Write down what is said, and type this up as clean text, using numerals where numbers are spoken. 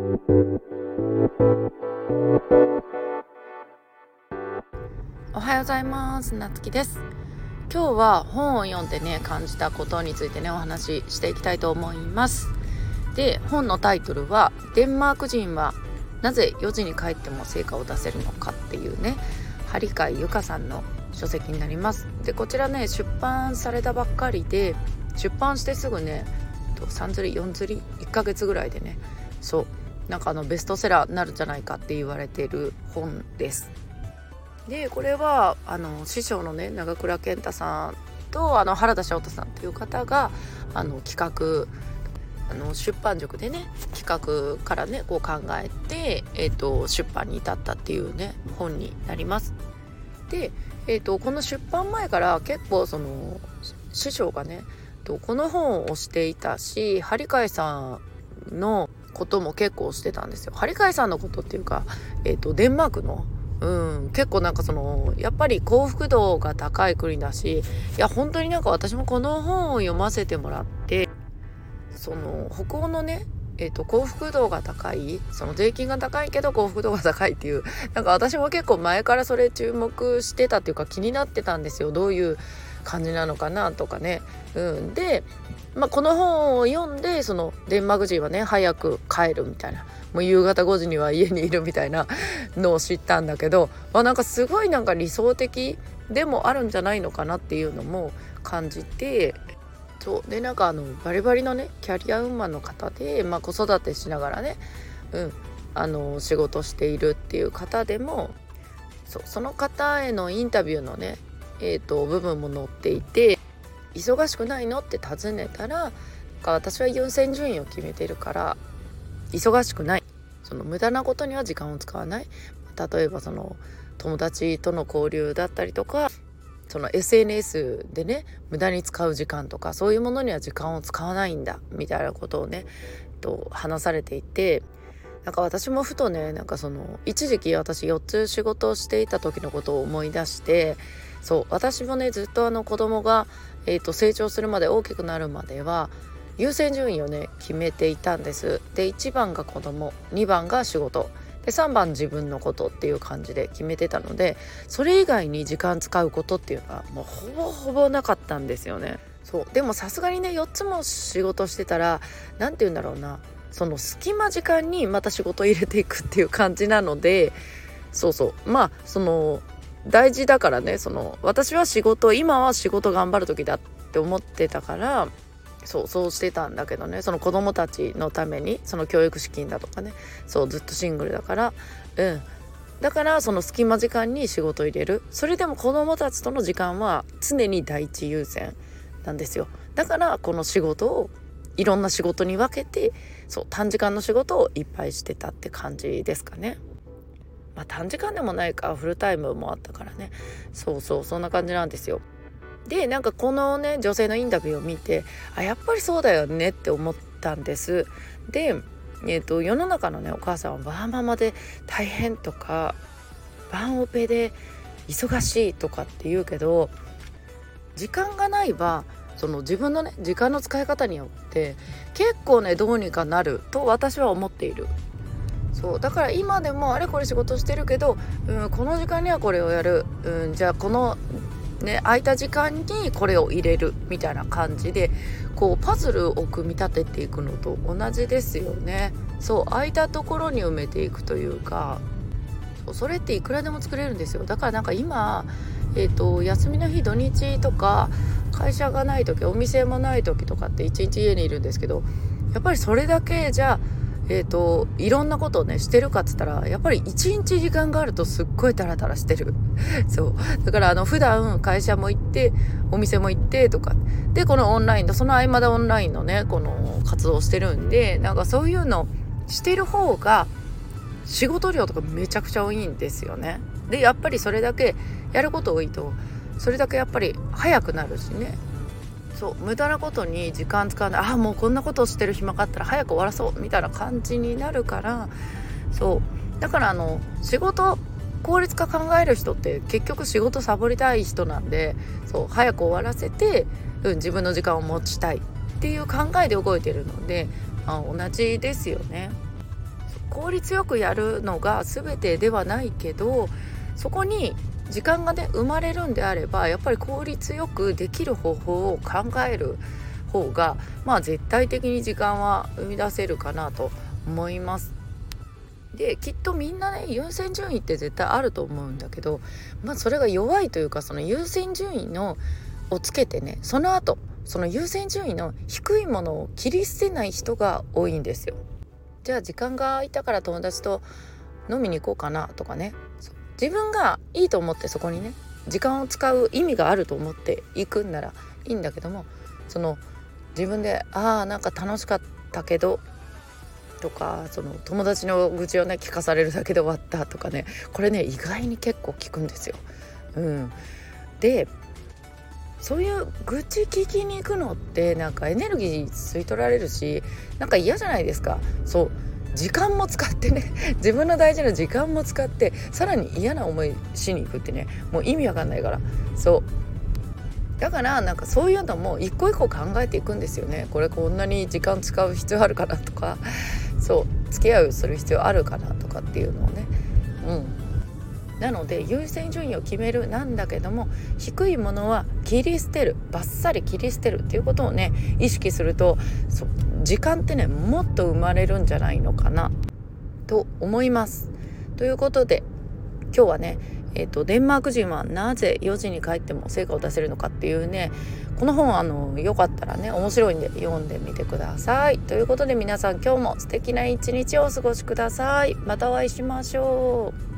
おはようございます。なつきです。今日は本を読んでね感じたことについてねお話ししていきたいと思います。で、本のタイトルはデンマーク人はなぜ4時に帰っても成果を出せるのかっていうね、針貝由香さんの書籍になります。で、こちらね出版されたばっかりで、出版してすぐね3釣り4釣り1ヶ月ぐらいでね、なんかベストセラーになるんじゃないかって言われている本です。で、これは師匠のね長倉健太さんと原田翔太さんっていう方が企画出版塾でね企画からねこう考えて、出版に至ったっていうね本になります。で、この出版前から結構師匠がねこの本を推していたし、針貝さんのことも結構推してたんですよ。針貝さんのことっていうか、デンマークの結構なんかやっぱり幸福度が高い国だし、いや本当になんか私もこの本を読ませてもらって、北欧のね幸福度が高い、税金が高いけど幸福度が高いっていう、なんか私も結構前からそれ注目してたっていうか気になってたんですよ。どういう感じなのかなとかね。で、この本を読んでデンマーク人はね早く帰るみたいな、もう夕方5時には家にいるみたいなのを知ったんだけど、なんかすごいなんか理想的でもあるんじゃないのかなっていうのも感じて、でなんかバリバリのねキャリアウーマンの方で、子育てしながらね、仕事しているっていう方でも、その方へのインタビューのね部分も載っていて、忙しくないのって尋ねたら、私は優先順位を決めてるから忙しくない、無駄なことには時間を使わない、例えば友達との交流だったりとか、SNS でね無駄に使う時間とかそういうものには時間を使わないんだみたいなことをね話されていて、なんか私もふとねなんか一時期私4つ仕事をしていた時のことを思い出して、私もねずっと子供が、成長するまで大きくなるまでは優先順位をね決めていたんです。で、1番が子供、2番が仕事で、3番自分のことっていう感じで決めてたので、それ以外に時間使うことっていうのはもうほぼほぼなかったんですよね。でもさすがにね4つも仕事してたら、なんて言うんだろうな、隙間時間にまた仕事を入れていくっていう感じなので、大事だからね、私は今は仕事頑張る時だって思ってたから、そうしてたんだけどね、子供たちのために教育資金だとかね、ずっとシングルだから、だから隙間時間に仕事を入れる、それでも子供たちとの時間は常に第一優先なんですよ。だからこの仕事をいろんな仕事に分けて、短時間の仕事をいっぱいしてたって感じですかね。短時間でもないか、フルタイムもあったからね。そんな感じなんですよ。で、なんかこのね女性のインタビューを見て、やっぱりそうだよねって思ったんです。で、世の中のねお母さんはワーママで大変とかワンオペで忙しいとかって言うけど、時間がないは自分のね時間の使い方によって結構ねどうにかなると私は思っている。だから今でもあれこれ仕事してるけど、この時間にはこれをやる、じゃあこのね空いた時間にこれを入れるみたいな感じでパズルを組み立てていくのと同じですよね。空いたところに埋めていくというか、それっていくらでも作れるんですよ。だからなんか今、休みの日土日とか会社がない時、お店もない時とかって一日家にいるんですけど、やっぱりそれだけじゃいろんなことをねしてるかっつったら、やっぱり一日時間があるとすっごいダラダラしてるだから普段会社も行ってお店も行ってとかで、このオンラインのその合間でオンラインのねこの活動をしてるんで、なんかそういうのしてる方が仕事量とかめちゃくちゃ多いんですよね。で、やっぱりそれだけやること多いとそれだけやっぱり早くなるしね。無駄なことに時間使わない、もうこんなことをしてる暇があったら早く終わらそうみたいな感じになるから、だから仕事効率化考える人って結局仕事サボりたい人なんで、早く終わらせて、自分の時間を持ちたいっていう考えで動いてるので、同じですよね。 効率よくやるのが全てではないけど、そこに時間がね生まれるんであれば、やっぱり効率よくできる方法を考える方が絶対的に時間は生み出せるかなと思います。できっとみんなね優先順位って絶対あると思うんだけど、それが弱いというか、その優先順位のをつけてね、その後その優先順位の低いものを切り捨てない人が多いんですよ。じゃあ時間が空いたから友達と飲みに行こうかなとかね、自分がいいと思ってそこにね時間を使う意味があると思って行くんならいいんだけども、その自分でなんか楽しかったけどとか、その友達の愚痴をね聞かされるだけで終わったとかね、これね意外に結構聞くんですよ。でそういう愚痴聞きに行くのってなんかエネルギー吸い取られるし、なんか嫌じゃないですか。そう時間も使ってね自分の大事な時間も使ってさらに嫌な思いしに行くってね、もう意味わかんないから。そうだからなんかそういうのも一個一個考えていくんですよね。これこんなに時間使う必要あるかなとか、付き合いをする必要あるかなとかっていうのをね、なので優先順位を決めるなんだけども、低いものは切り捨てる、バッサリ切り捨てるっていうことをね意識すると、時間ってねもっと生まれるんじゃないのかなと思います。ということで今日はね、デンマーク人はなぜ4時に帰っても成果を出せるのかっていうね、この本よかったらね面白いんで読んでみてください。ということで皆さん今日も素敵な一日をお過ごしください。またお会いしましょう。